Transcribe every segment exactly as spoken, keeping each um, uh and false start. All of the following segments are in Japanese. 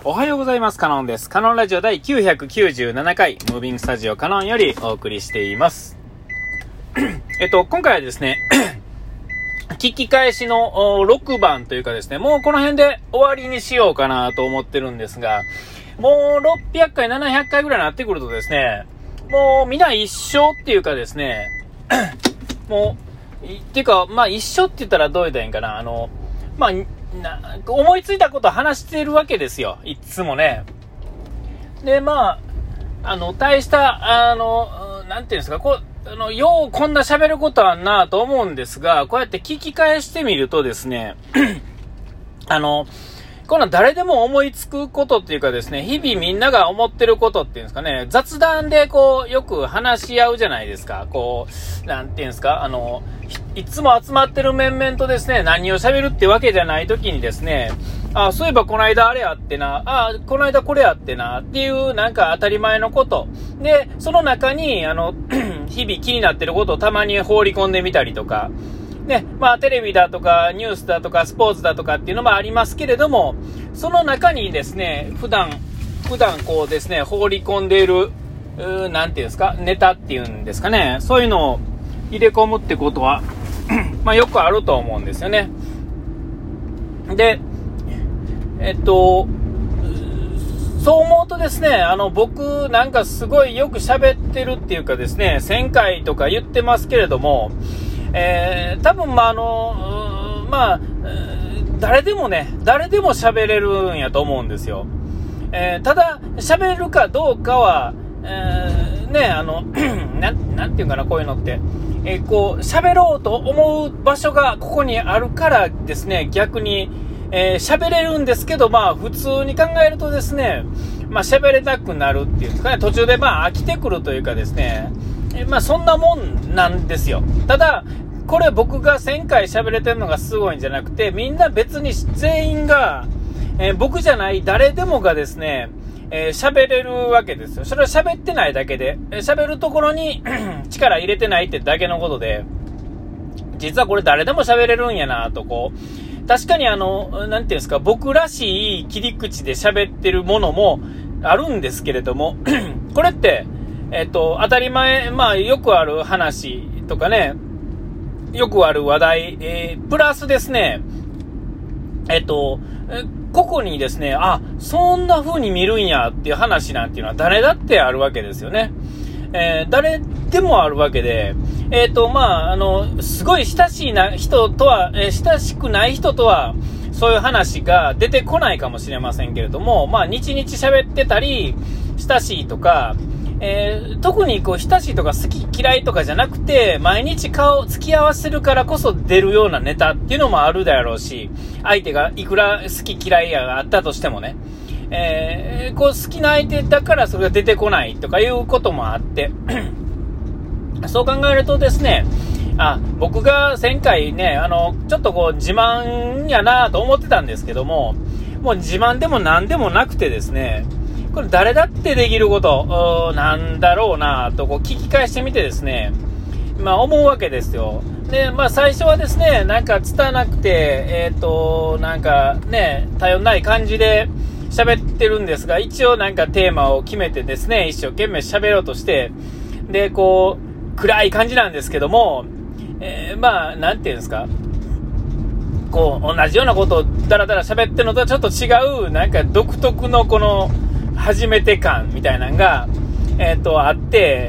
おはようございます。カノンです。カノンラジオ第きゅうひゃくきゅうじゅうななかい、ムービングスタジオカノンよりお送りしています。えっと、今回はですね、聞き返しのろくばんというかですね、もうこの辺で終わりにしようかなと思ってるんですが、もうろっぴゃっかい、ななひゃっかいぐらいになってくるとですね、もうみんな一緒っていうかですね、もう、っていうか、まあ一緒って言ったらどう言ったらいいんかな、あの、まあ、な思いついたことを話しているわけですよ、いつもね。で、まあ、あの、大した、あの、なんていうんですか、こう、あの、ようこんな喋ることはなと思うんですが、こうやって聞き返してみるとですね、あの、こんな誰でも思いつくことっていうかですね、日々みんなが思ってることっていうんですかね、雑談でこう、よく話し合うじゃないですか。こう、なんていうんですか、あの、いつも集まってる面々とですね、何を喋るってわけじゃない時にですね、あ、そういえばこの間あれあってな、あ、この間これあってな、っていうなんか当たり前のこと。で、その中に、あの、日々気になってることをたまに放り込んでみたりとか、ね、まあテレビだとかニュースだとかスポーツだとかっていうのもありますけれども、その中にですね、普段、普段こうですね、放り込んでいる、うなんていうんですか、ネタっていうんですかね、そういうのを入れ込むってことは、まあよくあると思うんですよね。で、えっと、そう思うとですね、あの僕なんかすごいよく喋ってるっていうかですね、せんかいとか言ってますけれども、えー、多分まああのまあ誰でもね誰でも喋れるんやと思うんですよ。えー、ただ喋れるかどうかは、えー、ねあのな, なんていうかなこういうのって、えー、こう喋ろうと思う場所がここにあるからですね、逆にえー、喋れるんですけど、まあ普通に考えるとですね、まあ喋れなくなるっていうんですかね、途中でまあ飽きてくるというかですね、えー、まあそんなもんなんですよ。ただこれ僕がせんかい喋れてるのがすごいんじゃなくて、みんな別に全員が、えー、僕じゃない誰でもがですね、えー、喋れるわけですよ。それは喋ってないだけで、えー、喋るところに力入れてないってだけのことで、実はこれ誰でも喋れるんやなとこう。確かにあの、なんていうんですか、僕らしい切り口で喋ってるものもあるんですけれども、これって、えっと、当たり前、まあよくある話とかね、よくある話題、えー、プラスですね、えっと、ここにですね、あ、そんな風に見るんやっていう話なんていうのは誰だってあるわけですよね。えー、誰でもあるわけで、えっと、まあ、あの、すごい親しいな人とは、えー、親しくない人とは、そういう話が出てこないかもしれませんけれども、まあ、日々喋ってたり、親しいとか、えー、特にこう、親しいとか好き嫌いとかじゃなくて、毎日顔、付き合わせるからこそ出るようなネタっていうのもあるだろうし、相手がいくら好き嫌いがあったとしてもね、えー、こう好きな相手だからそれが出てこないとかいうこともあってそう考えるとですね、あ、僕がせんかいね、あのちょっとこう自慢やなと思ってたんですけども、もう自慢でも何でもなくてですね、これ誰だってできることなんだろうなとこう聞き返してみてですね、まあ思うわけですよ。で、まあ最初はですね、なんかつたなくて、えっと、なんかね、頼んない感じで喋ってるんですが、一応なんかテーマを決めてですね、一生懸命喋ろうとして、で、こう、暗い感じなんですけども、えー、まあ、なんていうんですか、こう、同じようなことをダラダラ喋ってるのとはちょっと違う、なんか独特のこの、初めて感みたいなのが、えっと、あって、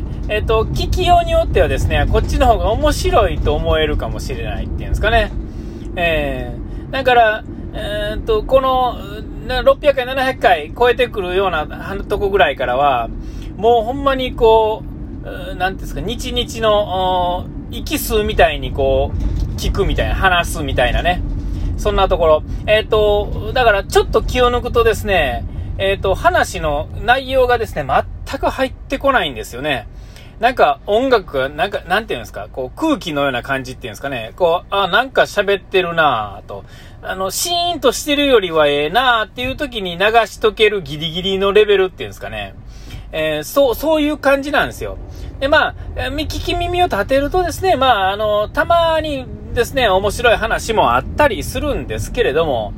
えっと、聞きようによってはですね、こっちの方が面白いと思えるかもしれないっていうんですかね。えー、だから、えー、っと、この、ろっぴゃっかい、ななひゃっかい超えてくるようなとこぐらいからは、もうほんまにこう、なんていうんですか、日々の息吸うみたいにこう、聞くみたいな、話すみたいなね。そんなところ。えっと、だからちょっと気を抜くとですね、えっと、話の内容がですね、全く入ってこないんですよね。なんか音楽が、なんか、なんていうんですか、こう空気のような感じっていうんですかね。こう、あ、なんか喋ってるなぁと。あの、シーンとしてるよりはええなぁっていう時に流しとけるギリギリのレベルっていうんですかね。えー、そう、そういう感じなんですよ。で、まあ、聞き耳を立てるとですね、まあ、あの、たまにですね、面白い話もあったりするんですけれども、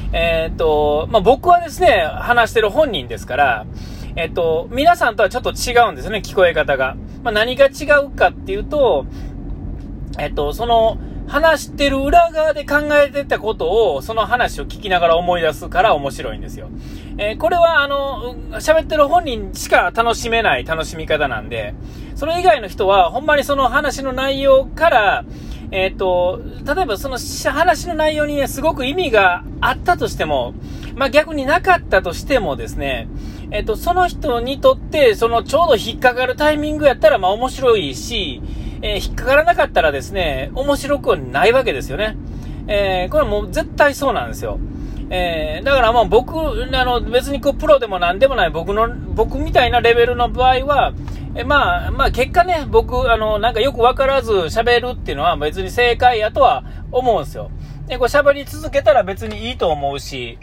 えっと、まあ、僕はですね、話してる本人ですから、えっと、皆さんとはちょっと違うんですよね、聞こえ方が。まあ、何が違うかっていうと、えっと、その、話してる裏側で考えてたことを、その話を聞きながら思い出すから面白いんですよ。えー、これは、あの、喋ってる本人しか楽しめない楽しみ方なんで、それ以外の人は、ほんまにその話の内容から、えっと、例えばその話の内容にね、すごく意味があったとしても、まあ、逆になかったとしてもですね、えっと、その人にとって、そのちょうど引っかかるタイミングやったら、まあ面白いし、えー、引っかからなかったらですね、面白くはないわけですよね。えー、これはもう絶対そうなんですよ。えー、だからもう僕、あの、別にこう、プロでもなんでもない僕の、僕みたいなレベルの場合は、えー、まあ、まあ結果ね、僕、あの、なんかよくわからず喋るっていうのは別に正解やとは思うんですよ。で、こう喋り続けたら別にいいと思うし、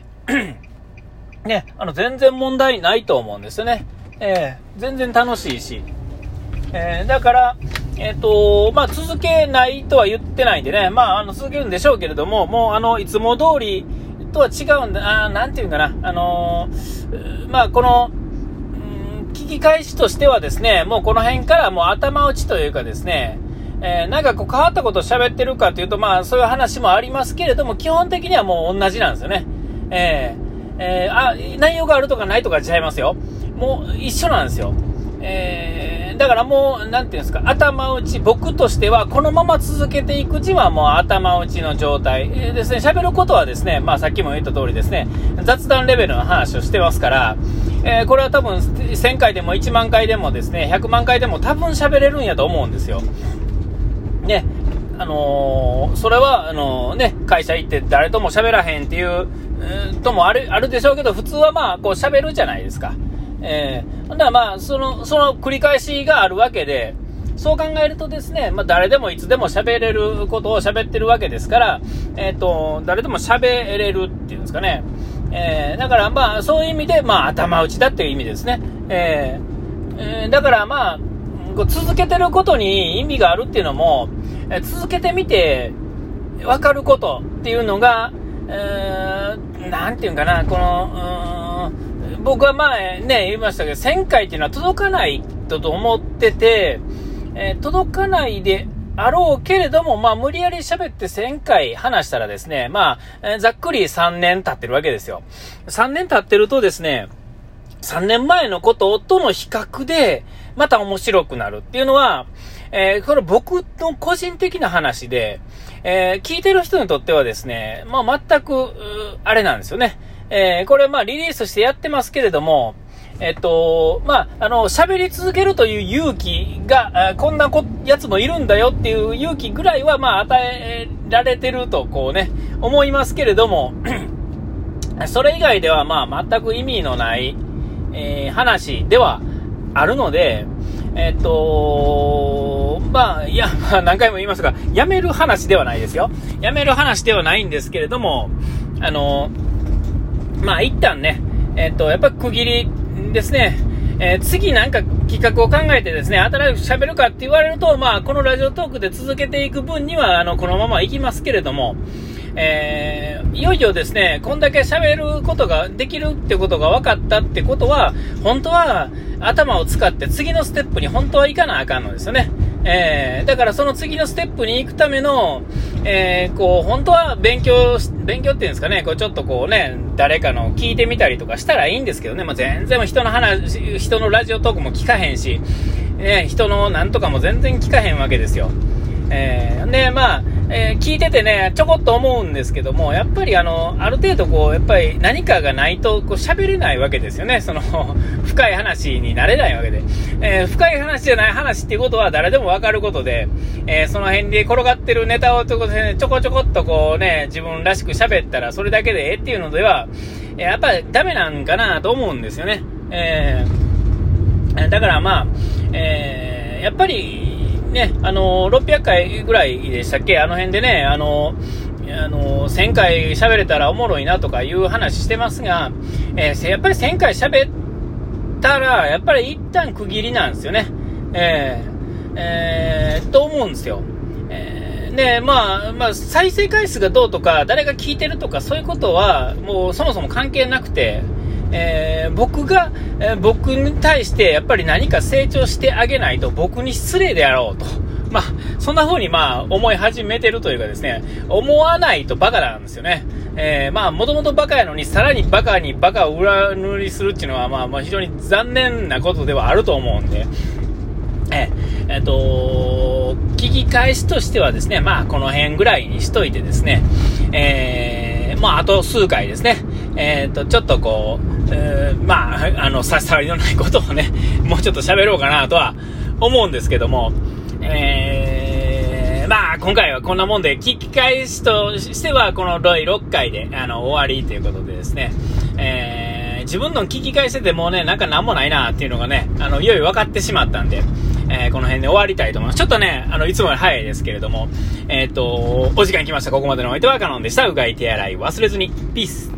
ね、あの、全然問題ないと思うんですよね。えー、全然楽しいし。えー、だから、えっと、まあ、続けないとは言ってないんでね、まあ、あの、続けるんでしょうけれども、もう、あの、いつも通りとは違うんだ、あなんていうかな、あのー、まあ、この、うん、聞き返しとしてはですね、もうこの辺からもう頭打ちというかですね、えー、なんかこう変わったことを喋ってるかというと、まあ、そういう話もありますけれども、基本的にはもう同じなんですよね。えー、えー、あ、内容があるとかないとか違いますよ。もう一緒なんですよ。えー、だからもう、なんていうんですか、頭打ち、僕としては、このまま続けていくうちはもう頭打ちの状態、えー、ですね、喋ることはですね、まあさっきも言った通りですね、雑談レベルの話をしてますから、えー、これは多分せんかいでもいちまんかいでもですね、ひゃくまんかいでも多分喋れるんやと思うんですよ。ね、あのー、それは、あのー、ね、会社行って誰とも喋らへんっていう、うん、ともある、あるでしょうけど、普通はまあ、こう喋るじゃないですか。えー、だからまあ、その、その繰り返しがあるわけで、そう考えるとですね、まあ誰でもいつでも喋れることを喋ってるわけですから、えっと、誰でも喋れるっていうんですかね。えー、だからまあ、そういう意味で、まあ頭打ちだっていう意味ですね。えーえー、だからまあ、こう続けてることに意味があるっていうのも、えー、続けてみて分かることっていうのが、えー、なんていうんかな、この、うーん、僕は前ね、言いましたけど、せんかいっていうのは届かないと思ってて、えー、届かないであろうけれども、まあ無理やり喋ってせんかい話したらですね、まあ、えー、ざっくりさんねん経ってるわけですよ。さんねん経ってるとですね、さんねんまえのこととの比較で、また面白くなるっていうのは、えー、これ僕の個人的な話で、えー、聞いてる人にとってはですね、まあ全く、あれなんですよね。えー、これまあリリースしてやってますけれども、えっと、まあ、あの、喋り続けるという勇気が、こんなこやつもいるんだよっていう勇気ぐらいは、まあ、与えられてると、こうね、思いますけれども、それ以外では、まあ、全く意味のない、えー、話ではあるので、えっと、まあ、いや、まあ、何回も言いますが、やめる話ではないですよ。やめる話ではないんですけれども、あの、まあ、一旦ね、えっと、やっぱ区切りですね、えー、次なんか企画を考えてですね、新しく喋るかって言われると、まあ、このラジオトークで続けていく分には、あの、このままいきますけれども、えー、いよいよですね、こんだけ喋ることができるってことが分かったってことは、本当は頭を使って次のステップに本当は行かなあかんのですよね。えー、だからその次のステップに行くための、えー、こう、本当は勉強、勉強っていうんですかね、こうちょっとこうね、誰かの聞いてみたりとかしたらいいんですけどね、まあ、全然人の話、人のラジオトークも聞かへんし、ね、人のなんとかも全然聞かへんわけですよ。えー、で、まあ、えー、聞いててね、ちょこっと思うんですけども、やっぱりあの、ある程度こう、やっぱり何かがないと、こう、喋れないわけですよね。その、深い話になれないわけで。えー、深い話じゃない話っていうことは誰でもわかることで、えー、その辺で転がってるネタをちょこちょこちょこっとこうね、自分らしく喋ったらそれだけでええっていうのでは、やっぱりダメなんかなと思うんですよね。えー、だからまあ、えー、やっぱり、ね、あのー、ろっぴゃっかいぐらいでしたっけ、あの辺でね、あのー、あのー、せんかい喋れたらおもろいなとかいう話してますが、えー、やっぱりせんかい喋ったら、やっぱり一旦区切りなんですよね。えー、えー、と思うんですよ。えー、 で、まあ、まあ、再生回数がどうとか、誰が聞いてるとか、そういうことは、もうそもそも関係なくて、えー、僕が、えー、僕に対してやっぱり何か成長してあげないと僕に失礼であろうと。まあ、そんな風にまあ思い始めてるというかですね、思わないとバカなんですよね。えー、まあ、もともとバカやのに、さらにバカにバカを裏塗りするっていうのは、まあ、まあ、非常に残念なことではあると思うんで、えー、えーと、聞き返しとしてはですね、まあ、この辺ぐらいにしといてですね、えー、まあ、あと数回ですね、えーと、ちょっとこう、えー、まあ、あの、差し障りのないことをね、もうちょっと喋ろうかなとは思うんですけども、えー、まあ今回はこんなもんで、聞き返しとしてはこのだいろっかいであの終わりということでですね、えー、自分の聞き返しててもうね、なんかなんもないなっていうのがね、あのいよいよ分かってしまったんで、えー、この辺で終わりたいと思います。ちょっとね、あのいつもより早いですけれども、えっとお時間来ました。ここまでのお相手はカノンでした。うがい手洗い忘れずに。ピース。